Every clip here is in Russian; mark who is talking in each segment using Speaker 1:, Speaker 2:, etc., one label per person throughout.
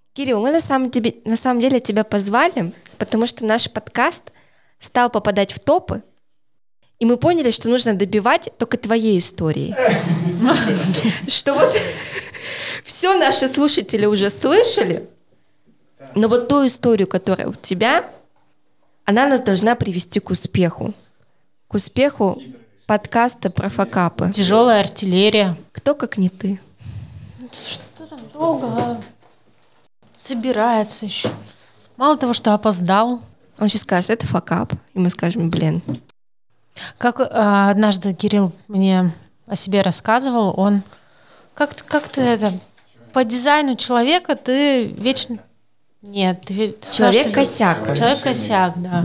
Speaker 1: Кирилл, мы на самом деле тебя позвали, потому что наш подкаст стал попадать в топы, и мы поняли, что нужно добивать только твоей историей. Что вот все наши слушатели уже слышали, но вот ту историю, которая у тебя, она нас должна привести к успеху. К успеху подкаста про факапы.
Speaker 2: Тяжелая артиллерия.
Speaker 1: Кто, как не ты?
Speaker 2: Что там долго собирается еще. Мало того, что опоздал.
Speaker 1: Он сейчас скажет, это факап. И мы скажем, блин.
Speaker 2: Как однажды Кирилл мне о себе рассказывал, он как-то это по дизайну человека ты вечно... Нет, ты
Speaker 1: Человек-косяк.
Speaker 2: Человек-косяк, да.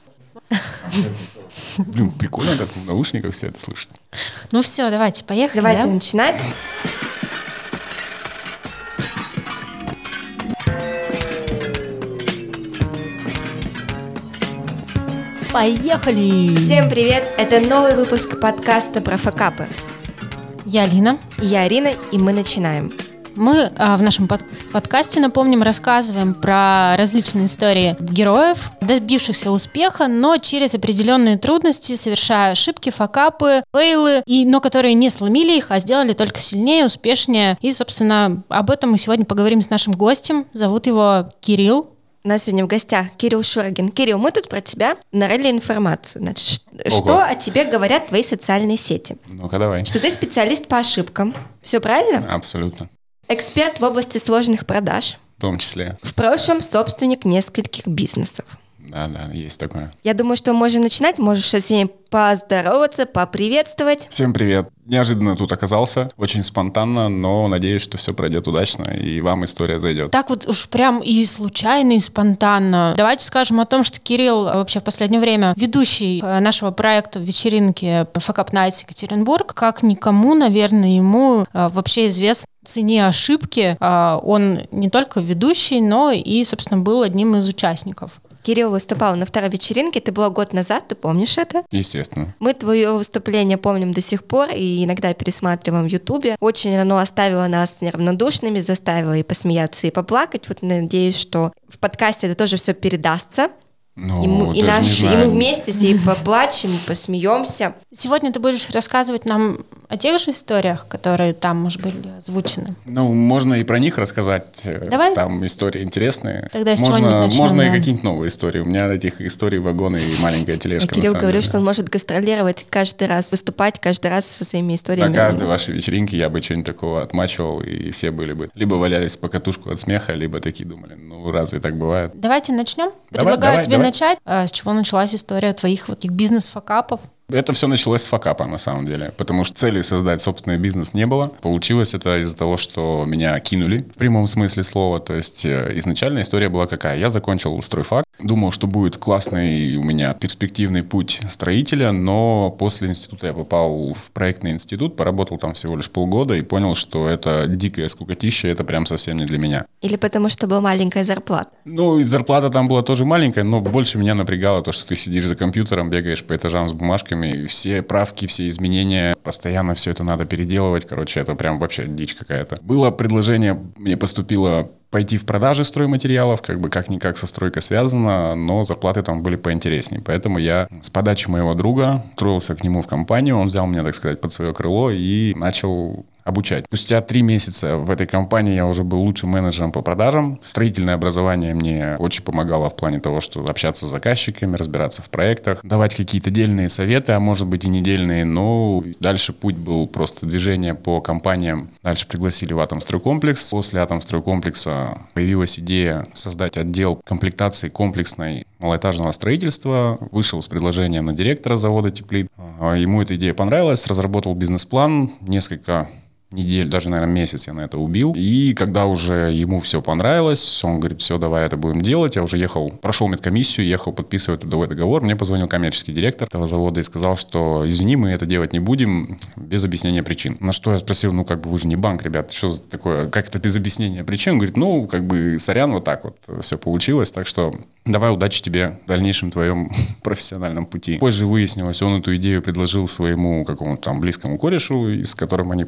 Speaker 3: Блин, прикольно так в наушниках все это слышать.
Speaker 2: Ну все, давайте, поехали.
Speaker 1: Давайте начинать.
Speaker 2: Поехали!
Speaker 1: Всем привет! Это новый выпуск подкаста про факапы.
Speaker 2: Я Алина.
Speaker 1: Я Арина, и мы начинаем.
Speaker 2: Мы в нашем подкасте, напомним, рассказываем про различные истории героев, добившихся успеха, но через определенные трудности, совершая ошибки, факапы, фейлы, но которые не сломили их, а сделали только сильнее, успешнее. И, собственно, об этом мы сегодня поговорим с нашим гостем. Зовут его Кирилл.
Speaker 1: У нас сегодня в гостях Кирилл Шурагин. Кирилл, мы тут про тебя нарыли информацию. Значит, что о тебе говорят твои социальные сети?
Speaker 3: Ну-ка, давай.
Speaker 1: Что ты специалист по ошибкам. Все правильно?
Speaker 3: Абсолютно.
Speaker 1: Эксперт в области сложных продаж.
Speaker 3: В том числе.
Speaker 1: В прошлом собственник нескольких бизнесов.
Speaker 3: Да, есть такое.
Speaker 1: Я думаю, что можем начинать. Можешь со всеми поздороваться, поприветствовать.
Speaker 3: Всем привет. Неожиданно тут оказался, очень спонтанно, но надеюсь, что все пройдет удачно и вам история зайдет.
Speaker 2: Так вот уж прям и случайно, и спонтанно. Давайте скажем о том, что Кирилл вообще в последнее время ведущий нашего проекта вечеринки Fuck Up Nights Екатеринбург. Как никому, наверное, ему вообще известно о цене ошибки. Он не только ведущий, но и, собственно, был одним из участников.
Speaker 1: Кирилл выступал на второй вечеринке, это было год назад, ты помнишь это?
Speaker 3: Естественно.
Speaker 1: Мы твое выступление помним до сих пор и иногда пересматриваем в Ютубе. Очень оно оставило нас неравнодушными, заставило и посмеяться, и поплакать. Вот надеюсь, что в подкасте это тоже все передастся.
Speaker 3: Ну,
Speaker 1: и мы вместе все и поплачем, и посмеемся.
Speaker 2: Сегодня ты будешь рассказывать нам о тех же историях, которые там, может быть, озвучены.
Speaker 3: Ну, можно и про них рассказать.
Speaker 2: Давай.
Speaker 3: Там истории интересные.
Speaker 2: Тогда с чего-нибудь начнем,
Speaker 3: можно
Speaker 2: да.
Speaker 3: И какие-нибудь новые истории. У меня этих историй вагоны и маленькая тележка.
Speaker 1: Кирилл говорил, что он может гастролировать каждый раз, выступать каждый раз со своими историями.
Speaker 3: На каждой вашей вечеринке я бы что-нибудь такого отмачивал, и все были бы либо валялись по катушку от смеха, либо такие думали, ну разве так бывает?
Speaker 2: Давайте начнем. Предлагаю тебе начать. С чего началась история твоих вот таких бизнес-факапов?
Speaker 3: Это все началось с факапа, на самом деле, потому что цели создать собственный бизнес не было. Получилось это из-за того, что меня кинули в прямом смысле слова. То есть изначально история была какая? Я закончил стройфак, думал, что будет классный у меня перспективный путь строителя, но после института я попал в проектный институт, поработал там всего лишь полгода и понял, что это дикая скукотища, это прям совсем не для меня.
Speaker 1: Или потому что была маленькая зарплата?
Speaker 3: Ну, и зарплата там была тоже маленькая, но больше меня напрягало то, что ты сидишь за компьютером, бегаешь по этажам с бумажками, и все правки, все изменения, постоянно все это надо переделывать. Короче, это прям вообще дичь какая-то. Было предложение, мне поступило пойти в продажи стройматериалов, как-никак со стройкой связано, но зарплаты там были поинтереснее. Поэтому я с подачи моего друга устроился к нему в компанию, он взял меня, так сказать, под свое крыло и начал обучать. Спустя 3 месяца в этой компании я уже был лучшим менеджером по продажам. Строительное образование мне очень помогало в плане того, что общаться с заказчиками, разбираться в проектах, давать какие-то дельные советы, а может быть и недельные, но дальше путь был просто движение по компаниям. Дальше пригласили в Атомстройкомплекс. После Атомстройкомплекса появилась идея создать отдел комплектации комплексной малоэтажного строительства. Вышел с предложением на директора завода «Теплит». Ему эта идея понравилась, разработал бизнес-план, несколько недель, даже, наверное, месяц я на это убил. И когда уже ему все понравилось, он говорит, все, давай это будем делать. Я уже прошел медкомиссию, ехал подписывать трудовой договор. Мне позвонил коммерческий директор этого завода и сказал, что извини, мы это делать не будем без объяснения причин. На что я спросил, вы же не банк, ребят, что за такое, как это без объяснения причин? Он говорит, сорян, вот так вот все получилось, так что давай, удачи тебе в дальнейшем твоем профессиональном пути. Позже выяснилось, он эту идею предложил своему какому-то там близкому корешу, с которым они попытались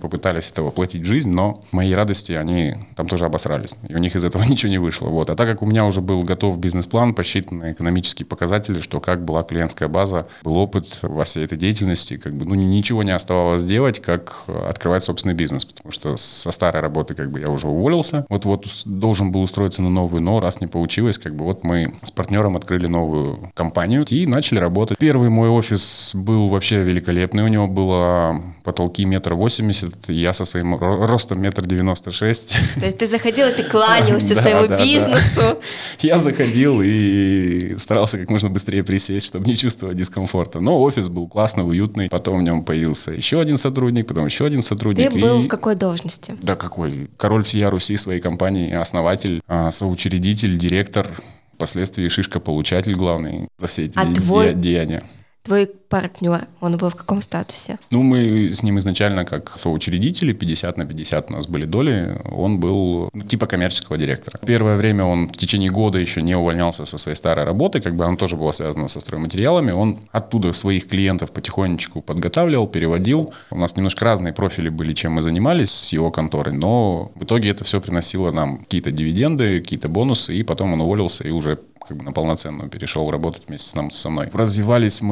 Speaker 3: старались это воплотить в жизнь, но мои радости, они там тоже обосрались. И у них из этого ничего не вышло. Вот. А так как у меня уже был готов бизнес-план, посчитанные экономические показатели, что как была клиентская база, был опыт во всей этой деятельности, как бы, ничего не оставалось делать, как открывать собственный бизнес. Потому что со старой работы как бы я уже уволился. Вот должен был устроиться на новую, но раз не получилось, как бы вот мы с партнером открыли новую компанию и начали работать. Первый мой офис был вообще великолепный. У него было потолки 1,80 м. Я со своим ростом 1,96 м.
Speaker 1: Ты заходил, и ты кланялся своему бизнесу.
Speaker 3: Я заходил и старался как можно быстрее присесть, чтобы не чувствовать дискомфорта. Но офис был классный, уютный. Потом в нем появился еще один сотрудник, потом еще один сотрудник.
Speaker 1: Ты был в какой должности?
Speaker 3: Да какой? Король всея Руси своей компании, основатель, соучредитель, директор, впоследствии шишка-получатель главный за все эти деяния.
Speaker 1: Твой партнер, он был в каком статусе?
Speaker 3: Мы с ним изначально как соучредители, 50/50 у нас были доли, он был типа коммерческого директора. Первое время он в течение года еще не увольнялся со своей старой работы, как бы она тоже была связана со стройматериалами, он оттуда своих клиентов потихонечку подготавливал, переводил. У нас немножко разные профили были, чем мы занимались с его конторой, но в итоге это все приносило нам какие-то дивиденды, какие-то бонусы, и потом он уволился и уже как бы на полноценную перешел работать вместе со мной. Развивались,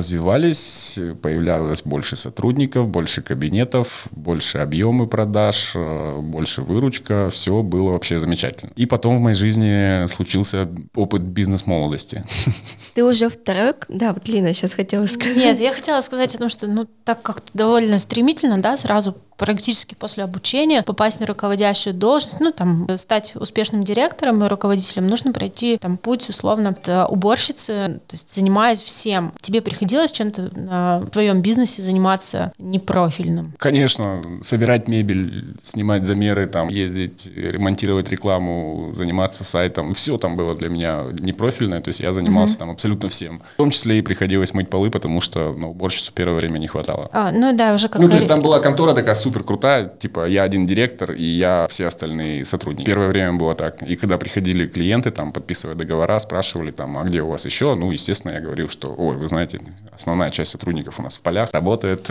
Speaker 3: появлялось больше сотрудников, больше кабинетов, больше объемы продаж, больше выручка. Все было вообще замечательно. И потом в моей жизни случился опыт бизнес-молодости.
Speaker 1: Ты уже второй... Да, вот Лина сейчас хотела сказать.
Speaker 2: Нет, я хотела сказать о том, что так как довольно стремительно, да, сразу практически после обучения попасть на руководящую должность, стать успешным директором и руководителем, нужно пройти путь, условно, от уборщицы, то есть занимаясь всем. Тебе приходилось чем-то в твоем бизнесе заниматься непрофильным?
Speaker 3: Конечно, собирать мебель, снимать замеры, ездить, ремонтировать рекламу, заниматься сайтом, все там было для меня непрофильное, то есть я занимался абсолютно всем. В том числе и приходилось мыть полы, потому что на уборщицу первое время не хватало.
Speaker 2: Уже как...
Speaker 3: то есть там была контора такая супер крутая, типа я один директор и я все остальные сотрудники. Первое время было так. И когда приходили клиенты, подписывая договора, спрашивали, а где у вас еще? Естественно, я говорил, что, вы знаете, основная часть сотрудников у нас в полях работает.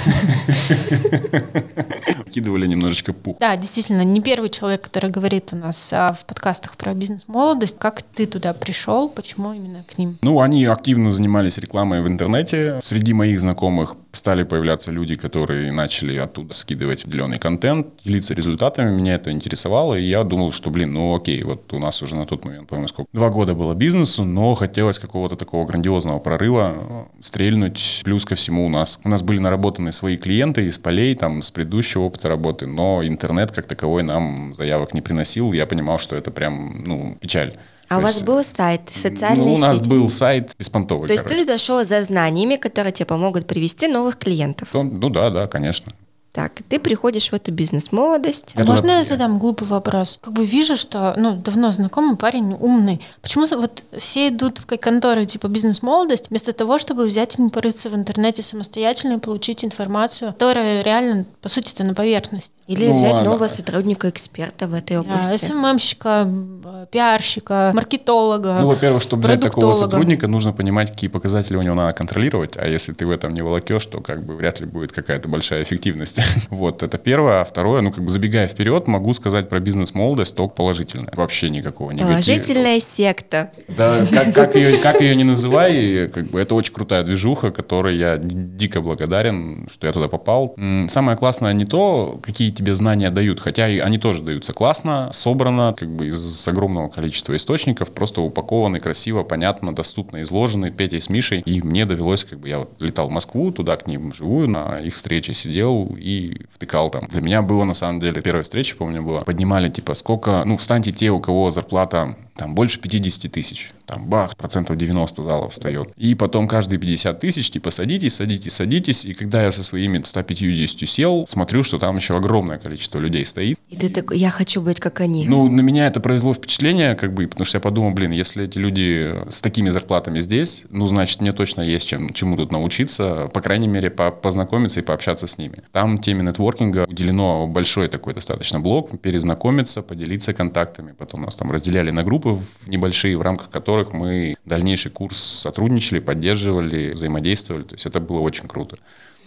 Speaker 3: Вкидывали немножечко пух.
Speaker 2: Да, действительно, не первый человек, который говорит у нас в подкастах про бизнес-молодость. Как ты туда пришел? Почему именно к ним?
Speaker 3: Они активно занимались рекламой в интернете. Среди моих знакомых стали появляться люди, которые начали оттуда скидывать определенный контент, делиться результатами. Меня это интересовало, и я думал, что, окей, вот у нас уже на тот момент, по-моему, 2 года было бизнесу, но хотелось какого-то такого грандиозного прорыва стрельнуть. Плюс ко всему у нас были наработаны свои клиенты из полей, с предыдущего опыта работы, но интернет как таковой нам заявок не приносил. Я понимал, что это прям, печаль.
Speaker 1: А у вас был сайт, социальные сети?
Speaker 3: У нас был сайт беспонтовый.
Speaker 1: То есть ты дошел за знаниями, которые тебе помогут привести новых клиентов?
Speaker 3: Да, конечно.
Speaker 1: Так, ты приходишь в эту бизнес-молодость.
Speaker 2: Можно я задам глупый вопрос? Вижу, что давно знакомый парень умный. Почему все идут в конторы типа бизнес-молодость, вместо того, чтобы взять и порыться в интернете самостоятельно и получить информацию, которая реально, по сути-то, на поверхности?
Speaker 1: Или взять нового сотрудника-эксперта в этой области?
Speaker 2: СММщика, пиарщика, маркетолога,
Speaker 3: во-первых, чтобы взять такого сотрудника, нужно понимать, какие показатели у него надо контролировать, а если ты в этом не волокешь, то вряд ли будет какая-то большая эффективность. Вот, это первое. А второе, забегая вперед, могу сказать про бизнес-молодость только положительное. Вообще никакого негатива.
Speaker 1: Положительная секта.
Speaker 3: Да, как ее не называй, это очень крутая движуха, которой я дико благодарен, что я туда попал. Самое классное не то, какие тебе знания дают, хотя и они тоже даются классно, собрано, из огромного количества источников, просто упакованы красиво, понятно, доступно изложены Петей с Мишей. И мне довелось, я летал в Москву, туда к ним вживую, на их встрече сидел и втыкал там. Для меня было, на самом деле, первая встреча, помню, была. Поднимали, сколько, встаньте те, у кого зарплата больше 50 тысяч. Бах, 90% зала встает. И потом каждые 50 тысяч, садитесь. И когда я со своими 150 сел, смотрю, что там еще огромное количество людей стоит.
Speaker 1: И ты такой, я хочу быть как они.
Speaker 3: На меня это произвело впечатление, потому что я подумал, если эти люди с такими зарплатами здесь, значит, мне точно есть чему тут научиться, по крайней мере, познакомиться и пообщаться с ними. Там теме нетворкинга уделено большой такой достаточно блок, перезнакомиться, поделиться контактами. Потом нас разделяли на группы небольшие, в рамках которых мы дальнейший курс сотрудничали, поддерживали, взаимодействовали. То есть это было очень круто.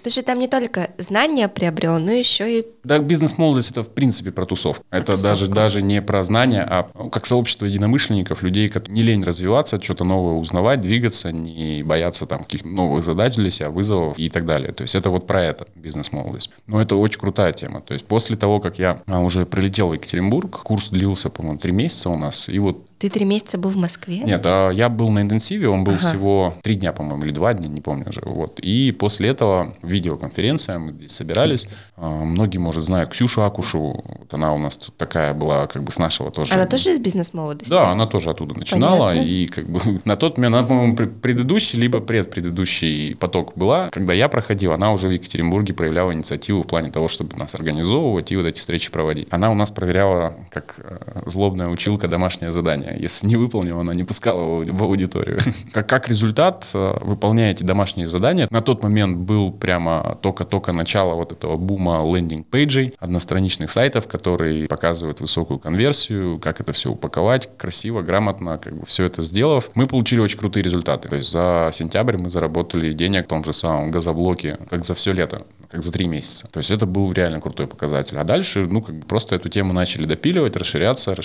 Speaker 1: Ты же там не только знания приобрел, но еще и...
Speaker 3: Да, бизнес-молодость — это в принципе про тусовку. Это даже не про знания, а как сообщество единомышленников, людей, которые не лень развиваться, что-то новое узнавать, двигаться, не бояться там каких-то новых задач для себя, вызовов и так далее. То есть это вот про это бизнес-молодость. Но это очень крутая тема. То есть после того, как я уже прилетел в Екатеринбург, курс длился, по-моему, 3 месяца у нас, и вот
Speaker 1: Ты 3 месяца был в Москве?
Speaker 3: Нет, я был на интенсиве, он был всего 3 дня, по-моему, или 2 дня, не помню уже. Вот. И после этого видеоконференция, мы здесь собирались. Многие, может, знают Ксюшу Акушеву. Вот она у нас тут такая была, как бы с нашего тоже.
Speaker 1: Она тоже из бизнес-молодости?
Speaker 3: Да, она тоже оттуда начинала.
Speaker 1: Понятно.
Speaker 3: И как бы на тот момент, она, по-моему, предыдущий, либо предпредыдущий поток была. Когда я проходил, она уже в Екатеринбурге проявляла инициативу в плане того, чтобы нас организовывать и вот эти встречи проводить. Она у нас проверяла, как злобная училка, домашнее задание. Если не выполнил, она не пускала в аудиторию. Как результат, выполняя эти домашние задания, на тот момент был прямо только начало вот этого бума лендинг-пейджей, одностраничных сайтов, которые показывают высокую конверсию, как это все упаковать красиво, грамотно, как бы все это сделав, мы получили очень крутые результаты. То есть за сентябрь мы заработали денег в том же самом газоблоке, как за все лето, как за 3 месяца. То есть это был реально крутой показатель. А дальше, как бы просто эту тему начали допиливать, расширяться.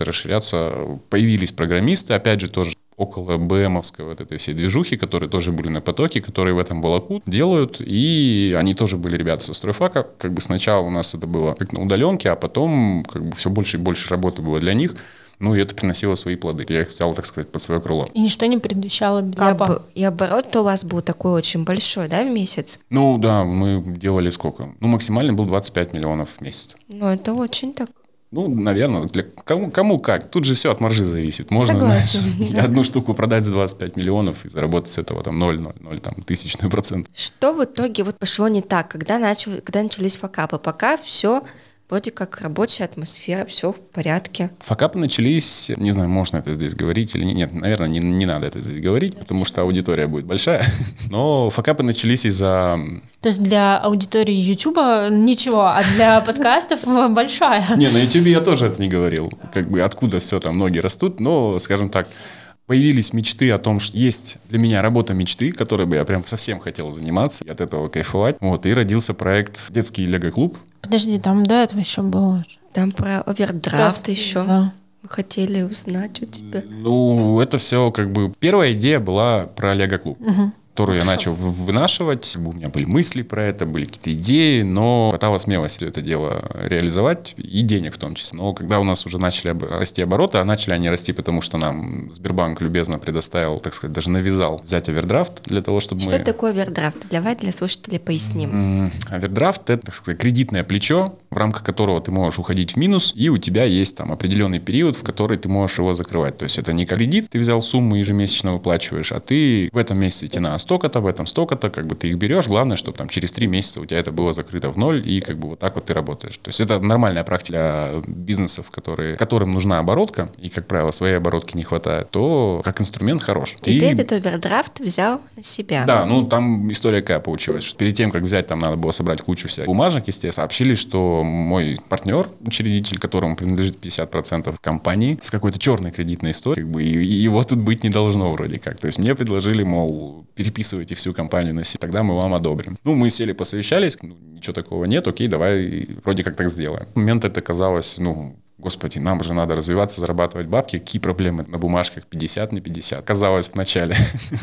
Speaker 3: Появились программисты, опять же, тоже около БМовской вот этой всей движухи, которые тоже были на потоке, которые в этом волокут, делают, и они тоже были ребята со стройфака. Как бы сначала у нас это было как на удаленке, а потом как бы все больше и больше работы было для них. И это приносило свои плоды. Я их взял, так сказать, под свое крыло.
Speaker 2: И ничто не предвещало бэкапа.
Speaker 1: И оборот-то у вас был такой очень большой, да, в месяц?
Speaker 3: Да, мы делали сколько? Максимально был 25 миллионов в месяц.
Speaker 1: Это очень так.
Speaker 3: Наверное, для кому как. Тут же все от маржи зависит. Можно,
Speaker 1: Согласна.
Speaker 3: одну штуку продать за 25 миллионов и заработать с этого 0,00 тысячный процент.
Speaker 1: Что в итоге пошло не так, когда начались факапы? Пока все вроде как рабочая атмосфера, все в порядке.
Speaker 3: Факапы начались, не знаю, можно это здесь говорить или нет, наверное, не надо это здесь говорить, потому что аудитория будет большая, но факапы начались из-за...
Speaker 2: То есть для аудитории Ютуба ничего, а для подкастов большая.
Speaker 3: Не, на Ютубе я тоже это не говорил, как бы откуда все там ноги растут, но, скажем так, появились мечты о том, что есть для меня работа мечты, которой бы я прям совсем хотел заниматься и от этого кайфовать. И родился проект «Детский лего-клуб».
Speaker 2: Подожди, там до этого еще было.
Speaker 1: Там про овердрафт еще.
Speaker 2: Да.
Speaker 1: Мы хотели узнать у тебя.
Speaker 3: Это все как бы... Первая идея была про лего-клуб. Которую я начал вынашивать. У меня были мысли про это, были какие-то идеи, но хватало смелости это дело реализовать, и денег в том числе. Но когда у нас уже начали расти обороты, а начали они расти, потому что нам Сбербанк любезно предоставил, так сказать, даже навязал взять овердрафт для того, чтобы
Speaker 1: Что такое овердрафт? Давай для слушателей поясним.
Speaker 3: Овердрафт — это, так сказать, кредитное плечо, в рамках которого ты можешь уходить в минус, и у тебя есть там определенный период, в который ты можешь его закрывать. То есть это не кредит, ты взял сумму, ежемесячно выплачиваешь, а ты в этом месяце тебе надо столько-то, в этом столько-то, как бы ты их берешь, главное, чтобы там через 3 месяца у тебя это было закрыто в ноль, и как бы вот так вот ты работаешь. То есть это нормальная практика для бизнесов, которым нужна оборотка, и, как правило, своей оборотки не хватает, то как инструмент хорош.
Speaker 1: И ты этот овердрафт взял на себя.
Speaker 3: Да, там история какая получилась, что перед тем, как взять, там надо было собрать кучу всяких бумажек, естественно, сообщили, что мой партнер, учредитель, которому принадлежит 50% компании, с какой-то черной кредитной историей, как бы, и его тут быть не должно вроде как. То есть мне предложили, мол, переписывайте всю компанию на себя, тогда мы вам одобрим. Мы сели, посовещались, ничего такого нет, окей, давай вроде как так сделаем. В момент это казалось, Господи, нам же надо развиваться, зарабатывать бабки. Какие проблемы на бумажках? 50 на 50. Казалось в начале.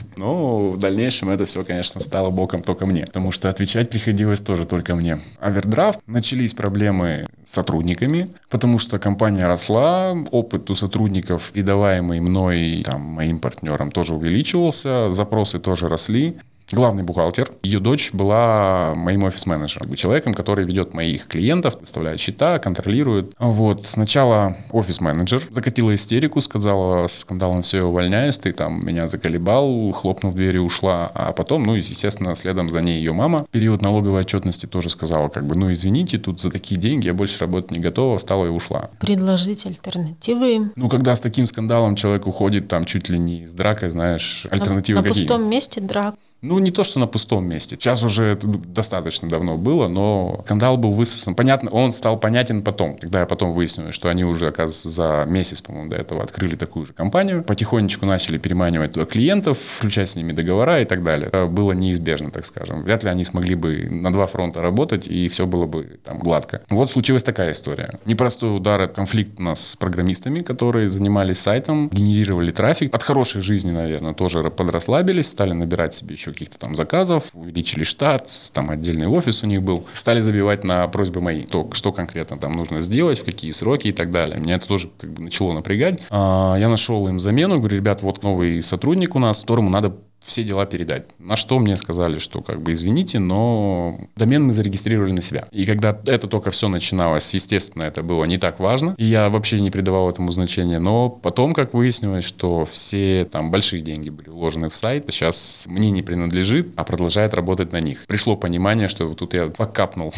Speaker 3: Но в дальнейшем это все, конечно, стало боком только мне. Потому что отвечать приходилось тоже только мне. Овердрафт. Начались проблемы с сотрудниками, потому что компания росла, опыт у сотрудников, передаваемый мной, моим партнерам, тоже увеличивался, запросы тоже росли. Главный бухгалтер, ее дочь была моим офис-менеджером, человеком, который ведет моих клиентов, выставляет счета, контролирует. Сначала офис-менеджер закатила истерику, сказала со скандалом: все, я увольняюсь, ты меня заколебал, хлопнув дверью, ушла. А потом, естественно, следом за ней ее мама. В период налоговой отчетности тоже сказала, извините, тут за такие деньги я больше работать не готова, встала и ушла.
Speaker 2: Предложить альтернативы.
Speaker 3: Когда с таким скандалом человек уходит, чуть ли не с дракой, знаешь, альтернативы
Speaker 2: на
Speaker 3: какие?
Speaker 2: На пустом месте драк.
Speaker 3: Ну, не то, что на пустом месте. Сейчас уже это достаточно давно было, но скандал был высосан. Понятно, он стал понятен потом, когда я потом выяснил, что они уже, оказывается, за месяц, по-моему, до этого открыли такую же компанию. Потихонечку начали переманивать туда клиентов, включать с ними договора и так далее. Это было неизбежно, так скажем. Вряд ли они смогли бы на 2 фронта работать, и все было бы там гладко. Вот случилась такая история. Непростой удар, это конфликт у нас с программистами, которые занимались сайтом, генерировали трафик. От хорошей жизни, наверное, тоже подрасслабились, стали набирать себе еще каких-то там заказов, увеличили штат, там отдельный офис у них был. Стали забивать на просьбы мои, что конкретно там нужно сделать, в какие сроки и так далее. Меня это тоже как бы начало напрягать. Я нашел им замену, говорю, ребят, вот новый сотрудник у нас, которому надо все дела передать. На что мне сказали, что как бы извините, но домен мы зарегистрировали на себя. И когда это только все начиналось, естественно, это было не так важно. И я вообще не придавал этому значения. Но потом, как выяснилось, что все там большие деньги были вложены в сайт, сейчас мне не принадлежит, а продолжает работать на них. Пришло понимание, что тут я факапнул.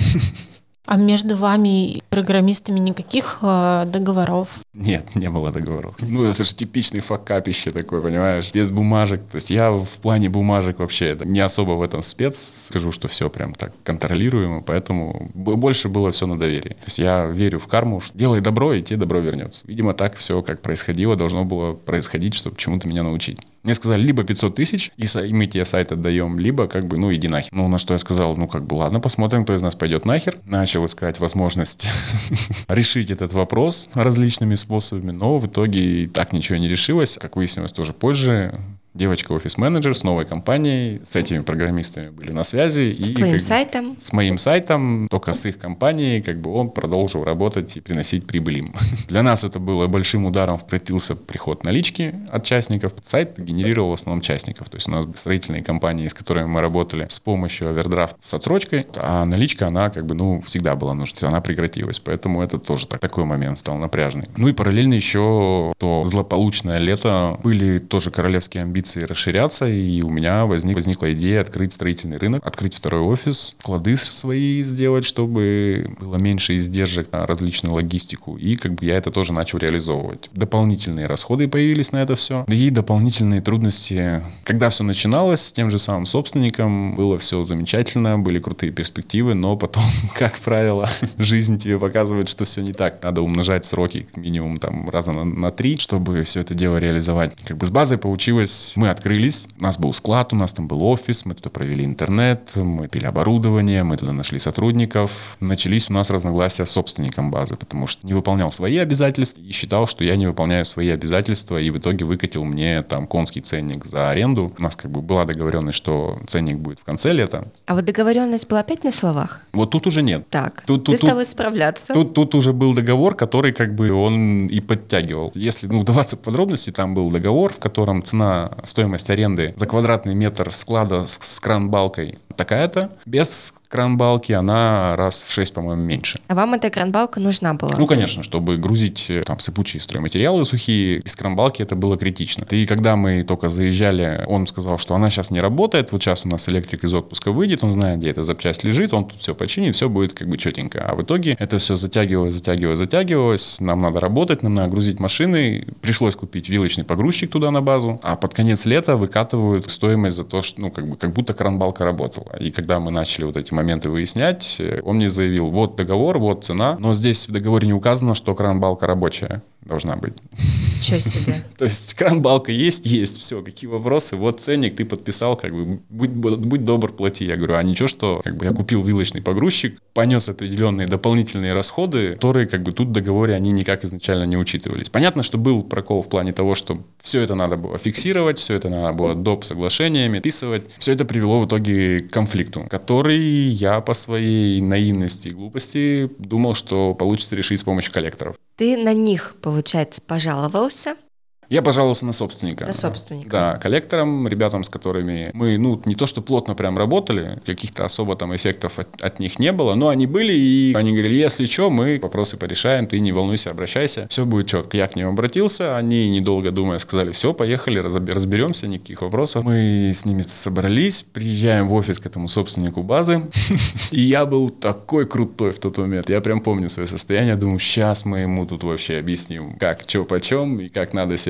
Speaker 2: А между вами и программистами никаких договоров?
Speaker 3: Нет, не было договоров. Ну, это же типичный факапище такой, понимаешь? Без бумажек. То есть я в плане бумажек вообще не особо в этом спец. Скажу, что все прям так контролируемо, поэтому больше было все на доверии. То есть я верю в карму, что делай добро, и тебе добро вернется. Видимо, так все, как происходило, должно было происходить, чтобы чему-то меня научить. Мне сказали, либо 500 тысяч, и мы тебе сайт отдаем, либо как бы, ну, иди нахер. Ну, на что я сказал, ну, как бы, ладно, посмотрим, кто из нас пойдет нахер. Начал искать возможность решить этот вопрос различными способами, но в итоге так ничего не решилось. Как выяснилось тоже позже, девочка офис-менеджер с новой компанией, с этими программистами были на связи.
Speaker 1: С твоим сайтом?
Speaker 3: С моим сайтом, только с их компанией, как бы он продолжил работать и приносить прибыль им. Для нас это было большим ударом, вплотился приход налички от частников. Сайт генерировал в основном частников. То есть у нас строительные компании, с которыми мы работали с помощью овердрафта с отсрочкой, а наличка, она как бы, ну, всегда была нужна, она прекратилась. Поэтому это тоже такой момент стал напряжный. Ну и параллельно еще то злополучное лето были тоже королевские амбиции расширяться, и у меня возникла идея открыть строительный рынок, открыть второй офис, вклады свои сделать, чтобы было меньше издержек на различную логистику, и как бы я это тоже начал реализовывать. Дополнительные расходы появились на это все, и дополнительные трудности. Когда все начиналось с тем же самым собственником, было все замечательно, были крутые перспективы, но потом, как правило, жизнь тебе показывает, что все не так. Надо умножать сроки как минимум там раза на 3, чтобы все это дело реализовать. Как бы с базой получилось. Мы открылись, у нас был склад, у нас там был офис, мы туда провели интернет, мы пили оборудование, мы туда нашли сотрудников. Начались у нас разногласия с собственником базы, потому что не выполнял свои обязательства и считал, что я не выполняю свои обязательства, и в итоге выкатил мне там конский ценник за аренду. У нас как бы была договоренность, что ценник будет в конце лета.
Speaker 1: А вот договоренность была опять на словах?
Speaker 3: Вот тут уже нет.
Speaker 1: Так, ты стал исправляться.
Speaker 3: Тут уже был договор, который как бы он и подтягивал. Если вдаваться в подробности, там был договор, в котором стоимость аренды за квадратный метр склада с кран-балкой такая-то. Без кран-балки она раз в 6, по-моему, меньше.
Speaker 1: А вам эта кран-балка нужна была?
Speaker 3: Ну, конечно, чтобы грузить там сыпучие стройматериалы сухие. Без кран-балки это было критично. И когда мы только заезжали, он сказал, что она сейчас не работает. Вот сейчас у нас электрик из отпуска выйдет, он знает, где эта запчасть лежит, он тут все починит, все будет как бы четенько. А в итоге это все затягивалось. Нам надо работать, нам надо грузить машины. Пришлось купить вилочный погрузчик туда на базу. А под конец лета выкатывают стоимость за то, что, как будто кран-балка работала. И когда мы начали вот эти моменты выяснять, он мне заявил, вот договор, вот цена, но здесь в договоре не указано, что кран-балка рабочая должна быть.
Speaker 1: Ничего себе.
Speaker 3: То есть кран-балка есть, все, какие вопросы, вот ценник, ты подписал, как бы, будь добр, плати. Я говорю, а ничего, что как бы я купил вилочный погрузчик, понес определенные дополнительные расходы, которые как бы тут в договоре они никак изначально не учитывались. Понятно, что был прокол в плане того, что все это надо было фиксировать, все это надо было доп. Соглашениями писывать. Все это привело в итоге к конфликту, который я по своей наивности и глупости думал, что получится решить с помощью коллекторов.
Speaker 1: Ты на них, получается, пожаловался?
Speaker 3: Я пожаловался на собственника.
Speaker 1: На собственника.
Speaker 3: Да, коллекторам, ребятам, с которыми мы, не то что плотно прям работали, каких-то особо там эффектов от них не было, но они были, и они говорили, если что, мы вопросы порешаем, ты не волнуйся, обращайся, все будет четко. Я к ним обратился, они, недолго думая, сказали, все, поехали, разберемся, никаких вопросов. Мы с ними собрались, приезжаем в офис к этому собственнику базы, и я был такой крутой в тот момент. Я прям помню свое состояние, думаю, сейчас мы ему тут вообще объясним, как, что, почем, и как надо себя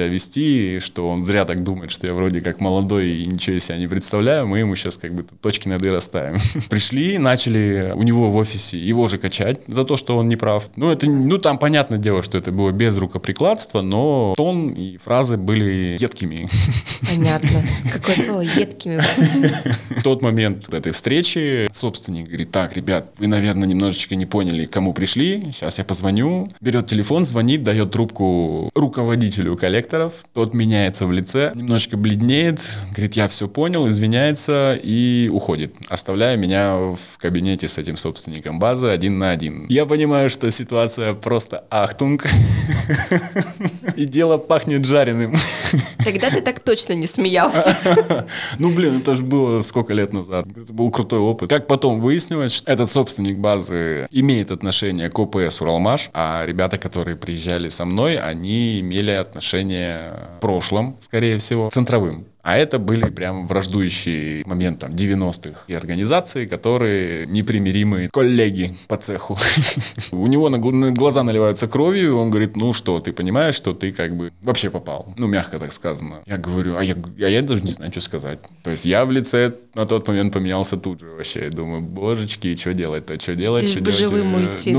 Speaker 3: себя вести, что он зря так думает, что я вроде как молодой и ничего из себя не представляю, мы ему сейчас как бы точки над «и» расставим. Пришли, начали у него в офисе его же качать за то, что он не прав. Там понятное дело, что это было без рукоприкладства, но тон и фразы были едкими.
Speaker 1: Понятно. Какое слово едкими?
Speaker 3: В тот момент этой встречи собственник говорит: так, ребят, вы, наверное, немножечко не поняли, к кому пришли. Сейчас я позвоню. Берет телефон, звонит, дает трубку руководителю коллекторов. Тот меняется в лице, немножечко бледнеет, говорит: я все понял, извиняется и уходит, оставляя меня в кабинете с этим собственником базы 1 на 1. Я понимаю, что ситуация просто ахтунг. И дело пахнет жареным.
Speaker 1: Тогда ты так точно не смеялся.
Speaker 3: Это же было сколько лет назад. Это был крутой опыт. Как потом выяснилось, что этот собственник базы имеет отношение к ОПС «Уралмаш», а ребята, которые приезжали со мной, они имели отношение в прошлом, скорее всего, центровым. А это были прям враждующие момент 90-х и организации, которые непримиримые коллеги по цеху. У него на глаза наливаются кровью, и он говорит: ну что, ты понимаешь, что ты как бы вообще попал? Мягко так сказано. Я говорю, я даже не знаю, что сказать. То есть я в лице на тот момент поменялся тут же вообще. Думаю, божечки, что делать-то, что делать?
Speaker 1: Лишь бы живым уйти,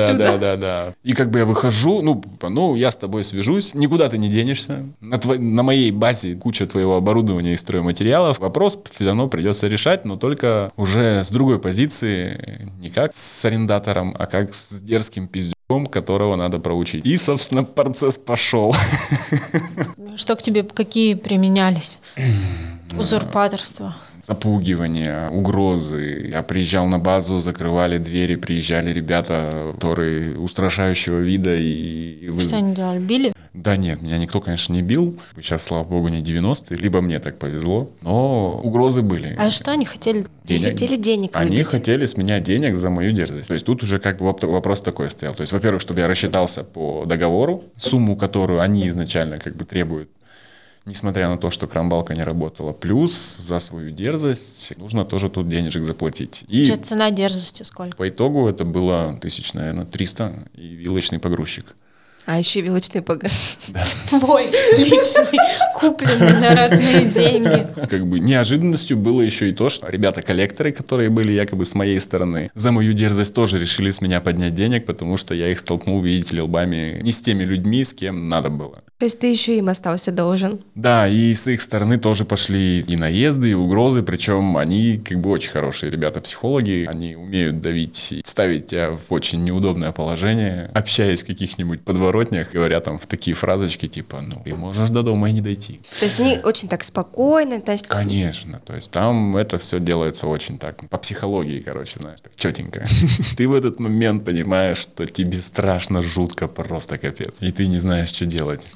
Speaker 3: Да. И как бы я выхожу, я с тобой свяжусь, никуда ты не денешься. На моей базе куча твоего оборудования и стройматериалов. Вопрос все равно придется решать, но только уже с другой позиции, не как с арендатором, а как с дерзким пиздюком, которого надо проучить. И, собственно, процесс пошел.
Speaker 2: Что к тебе, какие применялись? Узурпаторство.
Speaker 3: Запугивание, угрозы. Я приезжал на базу, закрывали двери, приезжали ребята, которые устрашающего вида.
Speaker 2: Что они делали? Били?
Speaker 3: Да нет, меня никто, конечно, не бил. Сейчас, слава богу, не 90-е, либо мне так повезло. Но угрозы были.
Speaker 2: А что они хотели?
Speaker 1: Хотели денег
Speaker 3: Они
Speaker 1: выбить.
Speaker 3: хотели с меня денег за мою дерзость. То есть тут уже как бы вопрос такой стоял. То есть, во-первых, чтобы я рассчитался по договору, сумму, которую они изначально как бы требуют, несмотря на то, что крамбалка не работала. Плюс за свою дерзость нужно тоже тут денежек заплатить. И
Speaker 2: цена дерзости сколько?
Speaker 3: по итогу это было 300 и вилочный погрузчик.
Speaker 1: А еще вилочный погрузчик.
Speaker 2: Твой личный, купленный на родные деньги.
Speaker 3: Как бы неожиданностью было еще и то, что ребята-коллекторы, которые были якобы с моей стороны, за мою дерзость тоже решили с меня поднять денег, потому что я их столкнул, видите ли, лбами не с теми людьми, с кем надо было.
Speaker 1: То есть ты еще им остался должен?
Speaker 3: Да, и с их стороны тоже пошли и наезды, и угрозы, причем они как бы очень хорошие ребята-психологи, они умеют давить и ставить тебя в очень неудобное положение, общаясь в каких-нибудь подворотнях, говоря там в такие фразочки типа: ты можешь до дома и не дойти.
Speaker 1: То есть они очень так спокойно, значит...
Speaker 3: Конечно, то есть там это все делается очень так, по психологии, знаешь, так четенько. Ты в этот момент понимаешь, что тебе страшно, жутко, просто капец, и ты не знаешь, что делать.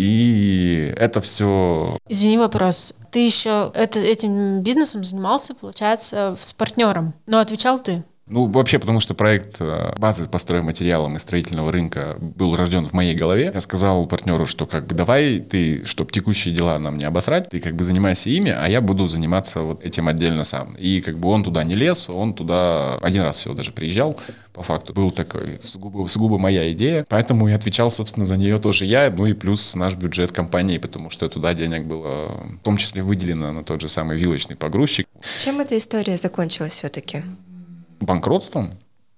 Speaker 3: И это все...
Speaker 2: Извини, вопрос. Ты еще этим бизнесом занимался, получается, с партнером, но отвечал ты?
Speaker 3: Вообще, потому что проект базы по стройматериалам и строительного рынка был рожден в моей голове. Я сказал партнеру, что давай ты, чтобы текущие дела нам не обосрать, ты занимайся ими, а я буду заниматься этим отдельно сам. И он туда не лез, он туда один раз всего даже приезжал. По факту был такой сугубо моя идея, поэтому и отвечал, собственно, за нее тоже я, и плюс наш бюджет компании, потому что туда денег было в том числе выделено на тот же самый вилочный погрузчик.
Speaker 1: Чем эта история закончилась все-таки?
Speaker 3: Банкротством?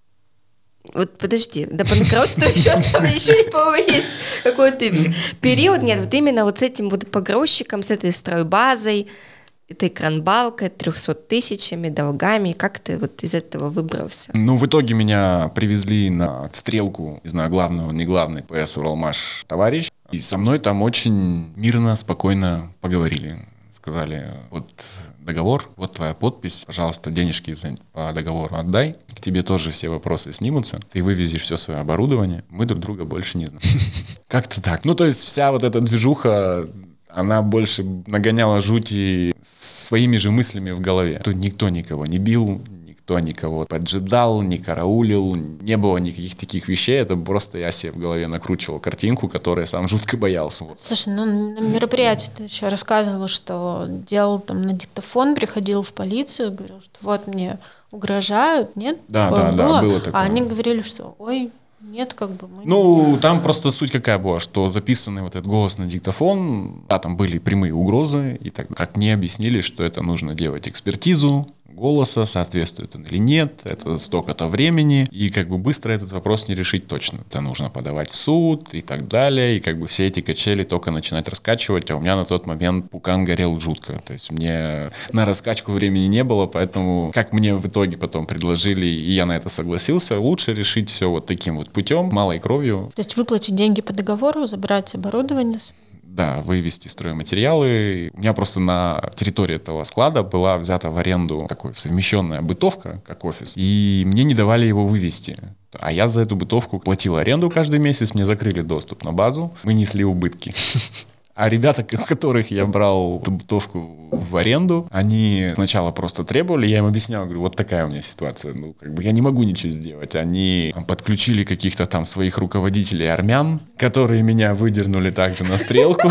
Speaker 1: Подожди, до банкротства еще, по-моему, есть какой-то период. Нет, именно с этим погрузчиком, с этой стройбазой, этой кранбалкой, 300 тысячами, долгами. Как ты из этого выбрался?
Speaker 3: В итоге меня привезли на отстрелку, не знаю, главного, не главный ПС «Уралмаш» товарищ. И со мной там очень мирно, спокойно поговорили. Сказали: договор, твоя подпись, пожалуйста, денежки по договору отдай, к тебе тоже все вопросы снимутся, ты вывезешь все свое оборудование, мы друг друга больше не знаем. Как-то так. То есть вся эта движуха, она больше нагоняла жути своими же мыслями в голове. Тут никто никого не бил, никто никого поджидал, не караулил, не было никаких таких вещей, это просто я себе в голове накручивал картинку, которую я сам жутко боялся.
Speaker 2: Слушай, на мероприятии ты еще рассказывал, что делал на диктофон, приходил в полицию, говорил, что мне угрожают, нет?
Speaker 3: Да, было такое.
Speaker 2: А они говорили, что Нет, как бы мы...
Speaker 3: Ну, там просто суть какая была, что записанный вот этот голос на диктофон, да, там были прямые угрозы, и так как мне объяснили, что это нужно делать экспертизу голоса, соответствует он или нет, это столько-то времени, и как бы быстро этот вопрос не решить точно. Это нужно подавать в суд и так далее, и как бы все эти качели только начинать раскачивать, а у меня на тот момент пукан горел жутко. То есть мне на раскачку времени не было, поэтому как мне в итоге потом предложили, и я на это согласился, лучше решить все вот таким вот путем, малой кровью.
Speaker 2: То есть выплатить деньги по договору, забрать оборудование?
Speaker 3: Да, вывести стройматериалы. У меня просто на территории этого склада была взята в аренду такая совмещенная бытовка, как офис, и мне не давали его вывести. А я за эту бытовку платил аренду каждый месяц, мне закрыли доступ на базу, мы несли убытки. А ребята, у которых я брал эту бытовку в аренду, они сначала просто требовали, я им объяснял, говорю, вот такая у меня ситуация, ну, как бы я не могу ничего сделать. Они подключили каких-то там своих руководителей армян, которые меня выдернули также на стрелку.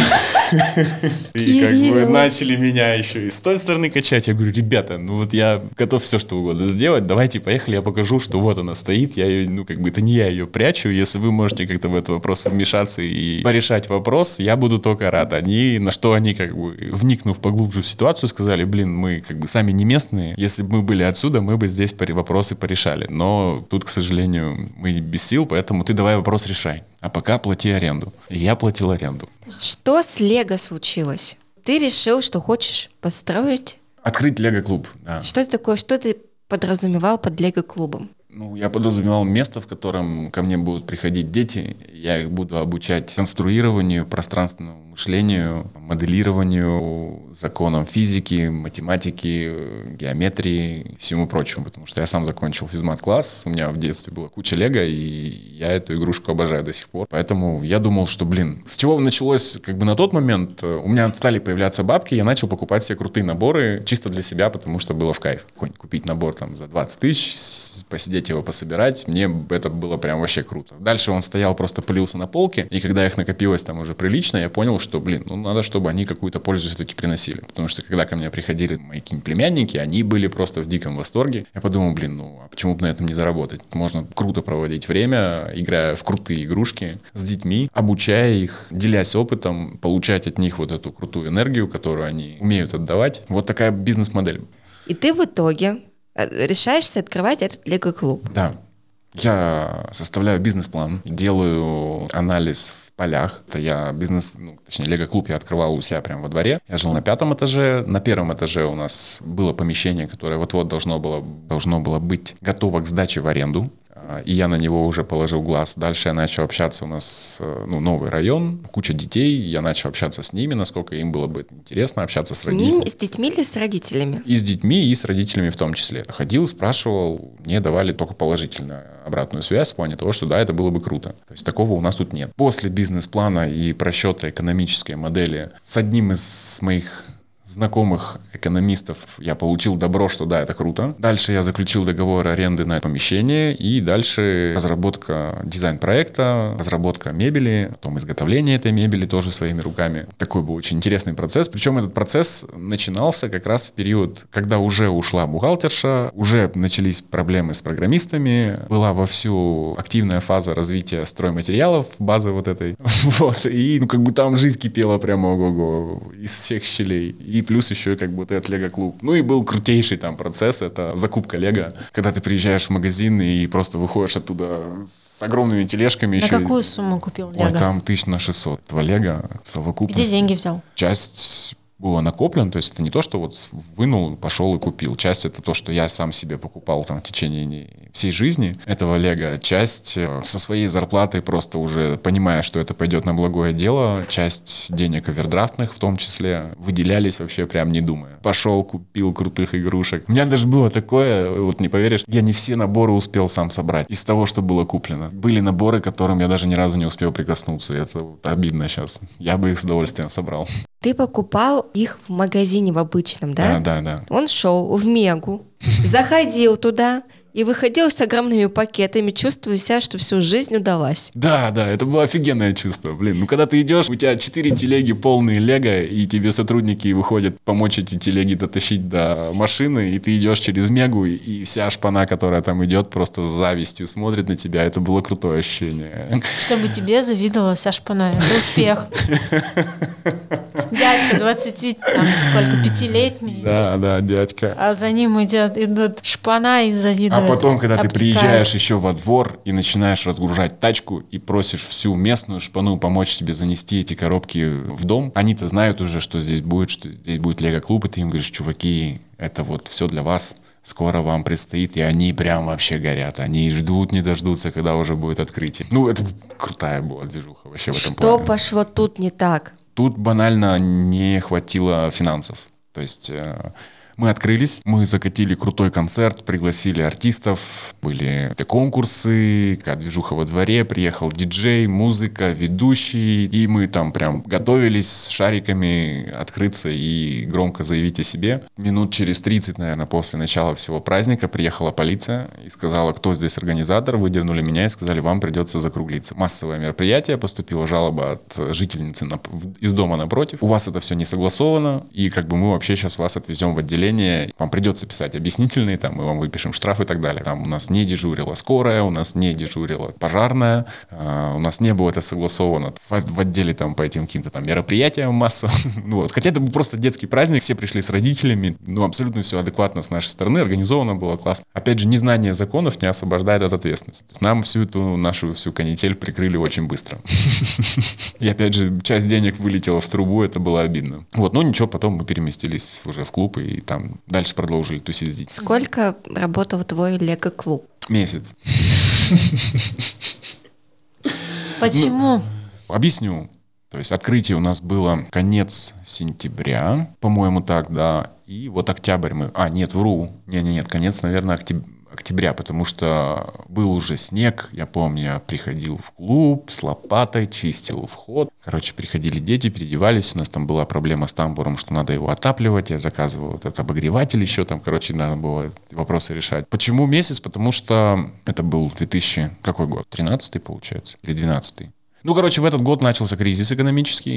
Speaker 3: И как бы начали меня еще и с той стороны качать. Я говорю, ребята, ну вот я готов все, что угодно сделать, давайте поехали, я покажу, что вот она стоит, я ее, ну, как бы это не я ее прячу, если вы можете как-то в этот вопрос вмешаться и порешать вопрос, я буду только рад. Они, на что они, как бы, вникнув поглубже в ситуацию, сказали, блин, мы как бы сами не местные, если бы мы были отсюда, мы бы здесь вопросы порешали. Но тут, к сожалению, мы без сил, поэтому ты давай вопрос решай. А пока плати аренду. И я платил аренду.
Speaker 1: Что с Лего случилось? Ты решил, что хочешь построить?
Speaker 3: Открыть Лего-клуб, да.
Speaker 1: Что это такое? Что ты подразумевал под Лего-клубом?
Speaker 3: Ну, я подразумевал место, в котором ко мне будут приходить дети. Я их буду обучать конструированию, пространственному мышлению, моделированию, законам физики, математики, геометрии, всему прочему. Потому что я сам закончил физмат-класс, у меня в детстве была куча лего, и я эту игрушку обожаю до сих пор. Поэтому я думал, что, блин, с чего началось, как бы на тот момент, у меня стали появляться бабки, я начал покупать себе крутые наборы чисто для себя, потому что было в кайф. Купить набор там за 20 тысяч, посидеть его пособирать, мне это было прям вообще круто. Дальше он стоял, просто пылился на полке, и когда их накопилось там уже прилично, я понял, что, блин, ну надо, чтобы они какую-то пользу все-таки приносили. Потому что когда ко мне приходили мои какие-нибудь племянники, они были просто в диком восторге. Я подумал, блин, ну а почему бы на этом не заработать? Можно круто проводить время, играя в крутые игрушки с детьми, обучая их, делясь опытом, получать от них вот эту крутую энергию, которую они умеют отдавать. Вот такая бизнес-модель.
Speaker 1: И ты в итоге решаешься открывать этот Лего-клуб.
Speaker 3: Да. Я составляю бизнес-план, делаю анализ в полях. Это я точнее, Лего-клуб я открывал у себя прямо во дворе. Я жил на 5-м этаже. На 1-м этаже у нас было помещение, которое вот-вот должно было быть готово к сдаче в аренду. И я на него уже положил глаз. Дальше я начал общаться, у нас новый район, куча детей, я начал общаться с ними, насколько им было бы интересно общаться с родителями.
Speaker 1: С детьми или с родителями?
Speaker 3: И с детьми, и с родителями в том числе. Ходил, спрашивал, мне давали только положительную обратную связь в плане того, что да, это было бы круто. То есть такого у нас тут нет. После бизнес-плана и просчета экономической модели с одним из моих знакомых экономистов я получил добро, что да, это круто. Дальше я заключил договор аренды на помещение, и дальше разработка дизайн-проекта, разработка мебели, потом изготовление этой мебели тоже своими руками. Такой был очень интересный процесс. Причем этот процесс начинался как раз в период, когда уже ушла бухгалтерша, уже начались проблемы с программистами, была вовсю активная фаза развития стройматериалов, базы вот этой. Вот. И как бы там жизнь кипела прямо ого-го из всех щелей. И плюс еще как бы этот Лего-клуб. Ну и был крутейший там процесс, это закупка Лего. Когда ты приезжаешь в магазин и просто выходишь оттуда с огромными тележками.
Speaker 2: На какую сумму купил Лего?
Speaker 3: Ой, там 600 этого Лего в совокупности.
Speaker 2: Где деньги взял?
Speaker 3: Часть было накоплено, то есть это не то, что вот вынул, пошел и купил. Часть это то, что я сам себе покупал там в течение всей жизни этого Лего. Часть со своей зарплатой, просто уже понимая, что это пойдет на благое дело. Часть денег овердрафтных в том числе выделялись вообще прям не думая. Пошел, купил крутых игрушек. У меня даже было такое, вот не поверишь, я не все наборы успел сам собрать из того, что было куплено. Были наборы, к которым я даже ни разу не успел прикоснуться. Это вот обидно сейчас. Я бы их с удовольствием собрал.
Speaker 1: Ты покупал их в магазине в обычном, да?
Speaker 3: Да.
Speaker 1: Он шел в Мегу, заходил туда и выходил с огромными пакетами, чувствуя себя, что всю жизнь удалась.
Speaker 3: Да, это было офигенное чувство. Блин, ну когда ты идешь, у тебя 4 телеги полные лего, и тебе сотрудники выходят помочь эти телеги дотащить до машины, и ты идешь через Мегу, и вся шпана, которая там идет, просто с завистью смотрит на тебя. Это было крутое ощущение.
Speaker 2: Чтобы тебе завидовала вся шпана. Это успех. Дядька 25-летний.
Speaker 3: Да, дядька.
Speaker 2: А за ним идут шпана и завидуют.
Speaker 3: А потом, когда ты
Speaker 2: обтекают.
Speaker 3: приезжаешь еще во двор и начинаешь разгружать тачку и просишь всю местную шпану помочь тебе занести эти коробки в дом, они-то знают уже, что здесь будет лего-клуб, и ты им говоришь: чуваки, это вот все для вас. Скоро вам предстоит, и они прям вообще горят. Они ждут, не дождутся, когда уже будет открытие. Ну, это крутая была движуха вообще в этом плане.
Speaker 1: Что пошло тут не так?
Speaker 3: Тут банально не хватило финансов. То есть мы открылись, мы закатили крутой концерт, пригласили артистов, были конкурсы, движуха во дворе, приехал диджей, музыка, ведущий, и мы там прям готовились с шариками открыться и громко заявить о себе. Минут через 30, наверное, после начала всего праздника приехала полиция и сказала, кто здесь организатор, выдернули меня и сказали: вам придется закруглиться. Массовое мероприятие, поступила жалоба от жительницы из дома напротив. У вас это все не согласовано, и мы вообще сейчас вас отвезем в отделение. Вам придется писать объяснительные, там мы вам выпишем штраф и так далее. Там у нас не дежурила скорая, у нас не дежурила пожарная, у нас не было это согласовано в отделе там по этим каким-то там мероприятиям массовым. Хотя это был просто детский праздник, все пришли с родителями, абсолютно все адекватно с нашей стороны, организовано было классно. Опять же, незнание законов не освобождает от ответственности. То есть нам всю эту нашу канитель прикрыли очень быстро. И опять же, часть денег вылетела в трубу, это было обидно. Но ничего, потом мы переместились уже в клуб и там дальше продолжили тусить с детьми.
Speaker 1: Сколько работал твой лего-клуб?
Speaker 3: Месяц.
Speaker 2: Почему?
Speaker 3: Объясню. То есть открытие у нас было конец сентября, по-моему, так, да. И октябрь мы... Нет, вру. Нет, конец, наверное, октября, потому что был уже снег. Я помню, я приходил в клуб с лопатой, чистил вход. Приходили дети, переодевались. У нас там была проблема с тамбуром, что надо его отапливать. Я заказывал этот обогреватель еще там. Надо было вопросы решать. Почему месяц? Потому что это был 2000... Какой год? 13-й, получается? Или 12-й? В этот год начался кризис экономический,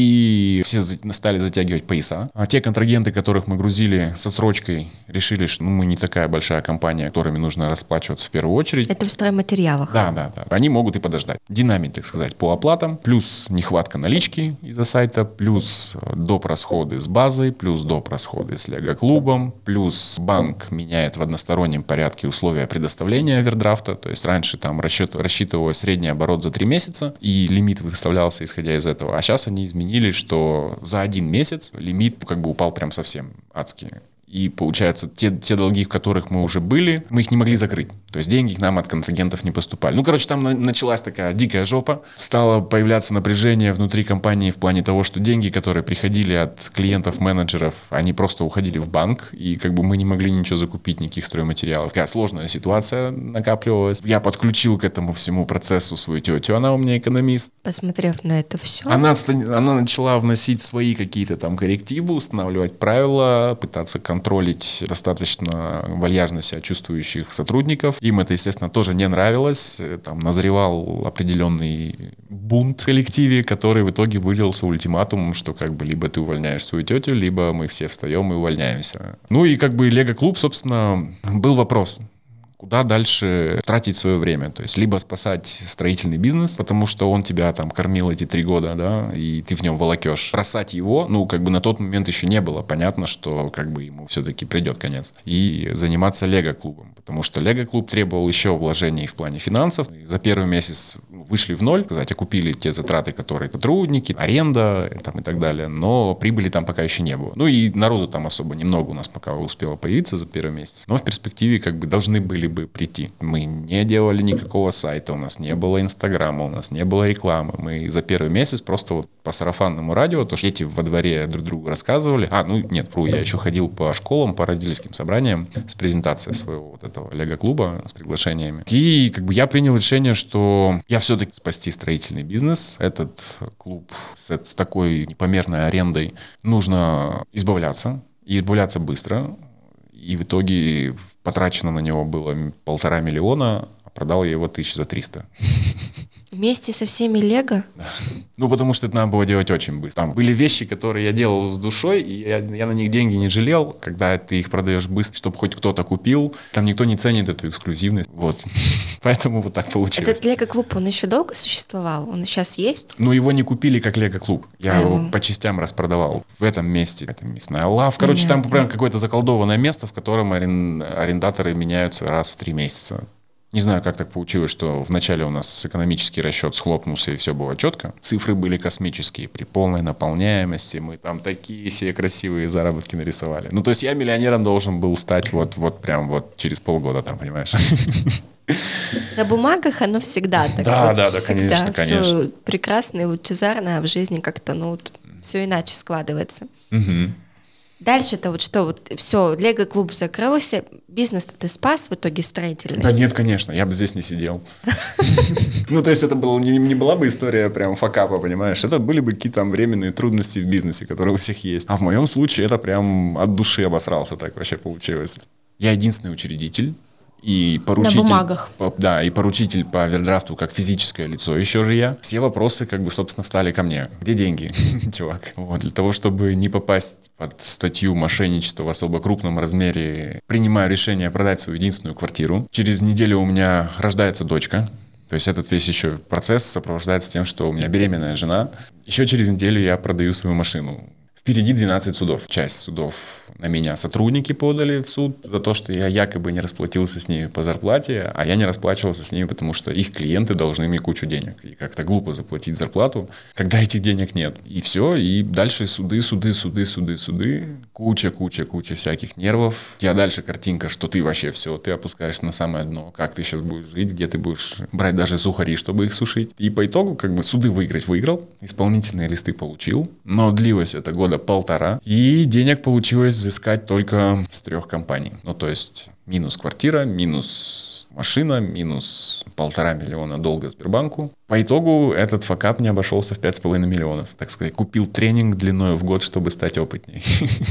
Speaker 3: и все стали затягивать пояса. А те контрагенты, которых мы грузили с отсрочкой, решили, что мы не такая большая компания, которыми нужно расплачиваться в первую очередь.
Speaker 1: Это в стройматериалах.
Speaker 3: Да. Они могут и подождать. Динамик, так сказать, по оплатам, плюс нехватка налички из-за сайта, плюс доп. Расходы с базой, плюс доп. Расходы с лего-клубом, плюс банк меняет в одностороннем порядке условия предоставления овердрафта. То есть раньше там рассчитывалось средний оборот за 3 месяца, и лимит выставлялся исходя из этого. А сейчас они изменили, что за 1 месяц лимит упал прям совсем адски. И получается, те долги, в которых мы уже были, мы их не могли закрыть. То есть деньги к нам от контрагентов не поступали. Там началась такая дикая жопа. Стало появляться напряжение внутри компании в плане того, что деньги, которые приходили от клиентов-менеджеров, они просто уходили в банк. И мы не могли ничего закупить, никаких стройматериалов. Такая сложная ситуация накапливалась. Я подключил к этому всему процессу свою тетю. Она у меня экономист.
Speaker 1: Посмотрев на это все.
Speaker 3: Она начала вносить свои какие-то там коррективы, устанавливать правила, пытаться контролить достаточно вальяжно себя чувствующих сотрудников. Им это, естественно, тоже не нравилось. Там назревал определенный бунт в коллективе, который в итоге вылился ультиматумом, что либо ты увольняешь свою тетю, либо мы все встаем и увольняемся. Лего-клуб, собственно, был вопрос. Куда дальше тратить свое время? То есть, либо спасать строительный бизнес, потому что он тебя там кормил эти 3 года, да, и ты в нем волокешь. Бросать его, на тот момент еще не было понятно, что ему все-таки придет конец. И заниматься лего-клубом, потому что лего-клуб требовал еще вложений в плане финансов. И за первый месяц вышли в ноль, окупили те затраты, которые сотрудники, аренда там, и так далее, но прибыли там пока еще не было. И народу там особо немного у нас пока успело появиться за первый месяц. Но в перспективе должны были бы прийти. Мы не делали никакого сайта, у нас не было Инстаграма, у нас не было рекламы. Мы за первый месяц просто по сарафанному радио, то что дети во дворе друг другу рассказывали. Я еще ходил по школам, по родительским собраниям с презентацией своего этого лего-клуба с приглашениями. И как бы я принял решение, что я все-таки спасти строительный бизнес. Этот клуб с такой непомерной арендой нужно избавляться. И избавляться быстро. И в итоге потрачено на него было 1,5 миллиона, а продал я его 1300.
Speaker 1: Вместе со всеми лего?
Speaker 3: Да. Ну, потому что это надо было делать очень быстро. Там были вещи, которые я делал с душой, и я на них деньги не жалел, когда ты их продаешь быстро, чтобы хоть кто-то купил. Там никто не ценит эту эксклюзивность. Вот. Поэтому вот так получилось.
Speaker 1: Этот лего-клуб, он еще долго существовал? Он сейчас есть?
Speaker 3: Ну, его не купили как лего-клуб. Я его по частям распродавал. В этом месте. Это мясная лавка. Короче, там прям какое-то заколдованное место, в котором арендаторы меняются раз в 3 месяца. Не знаю, как так получилось, что вначале у нас экономический расчет схлопнулся, и все было четко. Цифры были космические. При полной наполняемости мы там такие себе красивые заработки нарисовали. Ну, то есть я миллионером должен был стать вот прям вот через полгода, там, понимаешь?
Speaker 1: На бумагах оно всегда так.
Speaker 3: Да,
Speaker 1: всегда.
Speaker 3: конечно.
Speaker 1: Все прекрасно и лучезарно, а в жизни как-то, все иначе складывается.
Speaker 3: Угу.
Speaker 1: Дальше-то вот что, вот все, лего-клуб закрылся, бизнес-то ты спас в итоге строительный?
Speaker 3: Да нет, конечно, я бы здесь не сидел. Ну, то есть это не была бы история прям факапа, понимаешь? Это были бы какие-то там временные трудности в бизнесе, которые у всех есть. А в моем случае это прям от души обосрался, так вообще получилось. Я единственный учредитель. И поручитель,
Speaker 2: на бумагах.
Speaker 3: Да, и поручитель по овердрафту как физическое лицо еще же я. Все вопросы как бы, собственно, встали ко мне. Где деньги, чувак? Вот, для того, чтобы не попасть под статью мошенничества в особо крупном размере, принимаю решение продать свою единственную квартиру. Через неделю у меня рождается дочка. То есть этот весь еще процесс сопровождается тем, что у меня беременная жена. Еще через неделю я продаю свою машину. Впереди 12 судов. Часть судов на меня сотрудники подали в суд за то, что я якобы не расплатился с ними по зарплате, а я не расплачивался с ними, потому что их клиенты должны мне кучу денег. И как-то глупо заплатить зарплату, когда этих денег нет. И все, и дальше суды. Куча всяких нервов. Я дальше картинка, что ты вообще все, ты опускаешься на самое дно. Как ты сейчас будешь жить, где ты будешь брать даже сухари, чтобы их сушить. И по итогу, как бы, суды выиграл, исполнительные листы получил, но длилось это года 1,5, и денег получилось взыскать только с 3 компаний. Ну, то есть минус квартира, минус машина, минус 1,5 миллиона долга Сбербанку. По итогу этот факап не обошелся в 5,5 миллионов. Так сказать, купил тренинг длиною в год, чтобы стать опытней.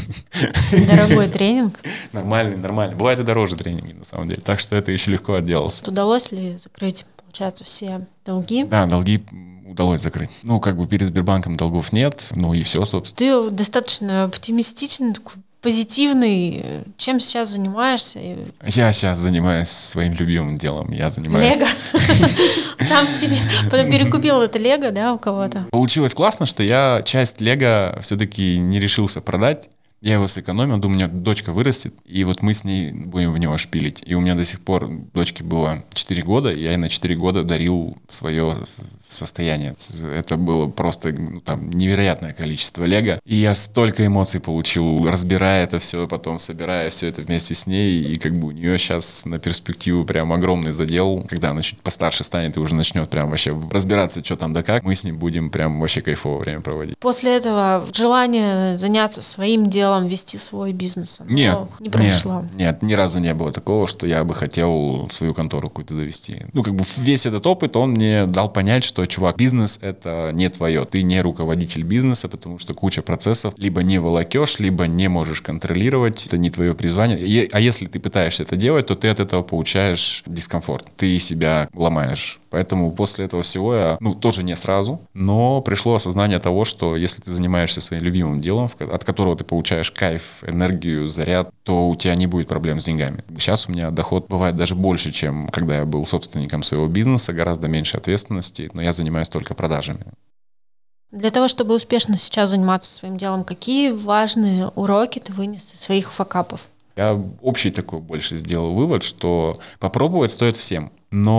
Speaker 2: Дорогой тренинг?
Speaker 3: Нормальный. Бывает и дороже тренинги, на самом деле. Так что это еще легко отделался.
Speaker 2: Удалось ли закрыть, получается, все долги?
Speaker 3: Да, долги удалось закрыть. Ну, как бы перед Сбербанком долгов нет, ну и все, собственно.
Speaker 2: Ты достаточно оптимистичный, такой позитивный. Чем сейчас занимаешься?
Speaker 3: Я сейчас занимаюсь своим любимым делом. Я занимаюсь...
Speaker 2: Лего? Сам себе потом перекупил это лего, да, у кого-то?
Speaker 3: Получилось классно, что я часть лего все-таки не решился продать. Я его сэкономил, думаю, у меня дочка вырастет, и вот мы с ней будем в него шпилить. И у меня до сих пор дочке было 4 года, и я ей на 4 года дарил свое состояние. Это было просто там невероятное количество лего. И я столько эмоций получил, разбирая это все, потом собирая все это вместе с ней. И как бы у нее сейчас на перспективу прям огромный задел. Когда она чуть постарше станет и уже начнет прям вообще разбираться, что там да как, мы с ней будем прям вообще кайфово время проводить.
Speaker 2: После этого желание заняться своим делом, вести свой бизнес?
Speaker 3: Нет,
Speaker 2: не прошло.
Speaker 3: Нет, ни разу не было такого, что я бы хотел свою контору какую-то завести. Ну, как бы весь этот опыт, он мне дал понять, что, чувак, бизнес — это не твое. Ты не руководитель бизнеса, потому что куча процессов либо не волокешь, либо не можешь контролировать. Это не твое призвание. А если ты пытаешься это делать, то ты от этого получаешь дискомфорт. Ты себя ломаешь. Поэтому после этого всего я, тоже не сразу, но пришло осознание того, что если ты занимаешься своим любимым делом, от которого ты получаешь кайф, энергию, заряд, то у тебя не будет проблем с деньгами. Сейчас у меня доход бывает даже больше, чем когда я был собственником своего бизнеса, гораздо меньше ответственности, но я занимаюсь только продажами.
Speaker 2: Для того, чтобы успешно сейчас заниматься своим делом, какие важные уроки ты вынес из своих факапов?
Speaker 3: Я общий такой больше сделал вывод, что попробовать стоит всем.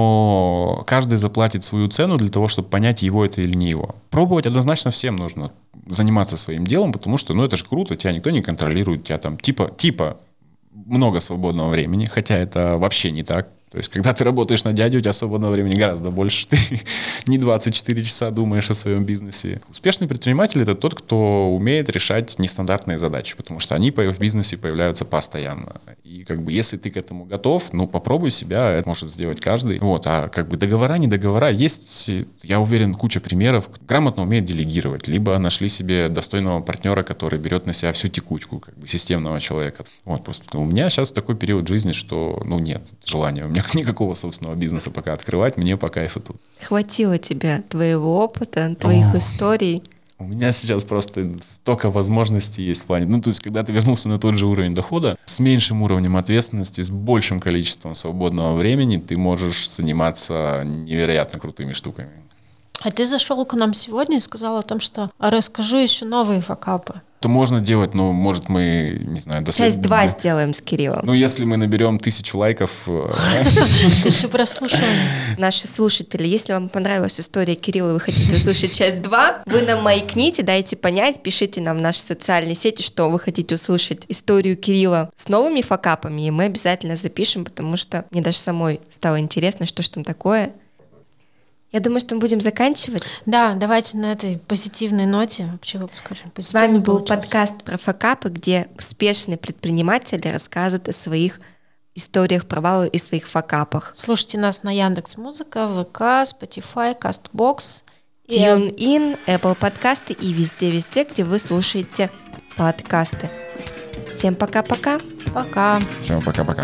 Speaker 3: Но каждый заплатит свою цену для того, чтобы понять, его это или не его. Пробовать однозначно всем нужно. Заниматься своим делом, потому что, это же круто, тебя никто не контролирует, у тебя там типа много свободного времени, хотя это вообще не так. То есть, когда ты работаешь на дядю, у тебя свободного времени гораздо больше. Ты не 24 часа думаешь о своем бизнесе. Успешный предприниматель — это тот, кто умеет решать нестандартные задачи, потому что они в бизнесе появляются постоянно. И как бы если ты к этому готов, ну, попробуй себя, это может сделать каждый. Вот, а как бы договора, не договора, есть, я уверен, куча примеров. Грамотно умеет делегировать, либо нашли себе достойного партнера, который берет на себя всю текучку, как бы системного человека. Вот, просто у меня сейчас такой период жизни, что, ну, нет желания у меня никакого собственного бизнеса пока открывать, мне по кайфу тут.
Speaker 1: Хватило тебе твоего опыта, твоих историй?
Speaker 3: У меня сейчас просто столько возможностей есть в плане. Ну, то есть, когда ты вернулся на тот же уровень дохода, с меньшим уровнем ответственности, с большим количеством свободного времени, ты можешь заниматься невероятно крутыми штуками.
Speaker 2: А ты зашел к нам сегодня и сказал о том, что расскажу еще новые факапы.
Speaker 3: Это можно делать, но, может, мы, не знаю...
Speaker 1: Часть 2 сделаем с Кириллом.
Speaker 3: Ну, если мы наберем 1000 лайков...
Speaker 2: 1000 прослушиваний.
Speaker 1: Наши слушатели, если вам понравилась история Кирилла, вы хотите услышать часть 2, вы нам маякните, дайте понять, пишите нам в наши социальные сети, что вы хотите услышать историю Кирилла с новыми факапами, и мы обязательно запишем, потому что мне даже самой стало интересно, что ж там такое. Я думаю, что мы будем заканчивать.
Speaker 2: Да, давайте на этой позитивной ноте вообще выпуск очень позитивный.
Speaker 1: С вами был
Speaker 2: получился.
Speaker 1: подкаст про факапы, где успешные предприниматели рассказывают о своих историях провала и своих факапах.
Speaker 2: Слушайте нас на Яндекс.Музыка, ВК, Spotify, Castbox,
Speaker 1: TuneIn, Apple подкасты и везде, где вы слушаете подкасты. Всем пока-пока.
Speaker 2: Пока.
Speaker 3: Всем пока-пока.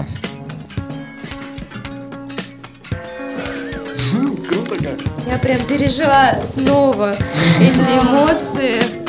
Speaker 1: Я прям пережила снова эти эмоции.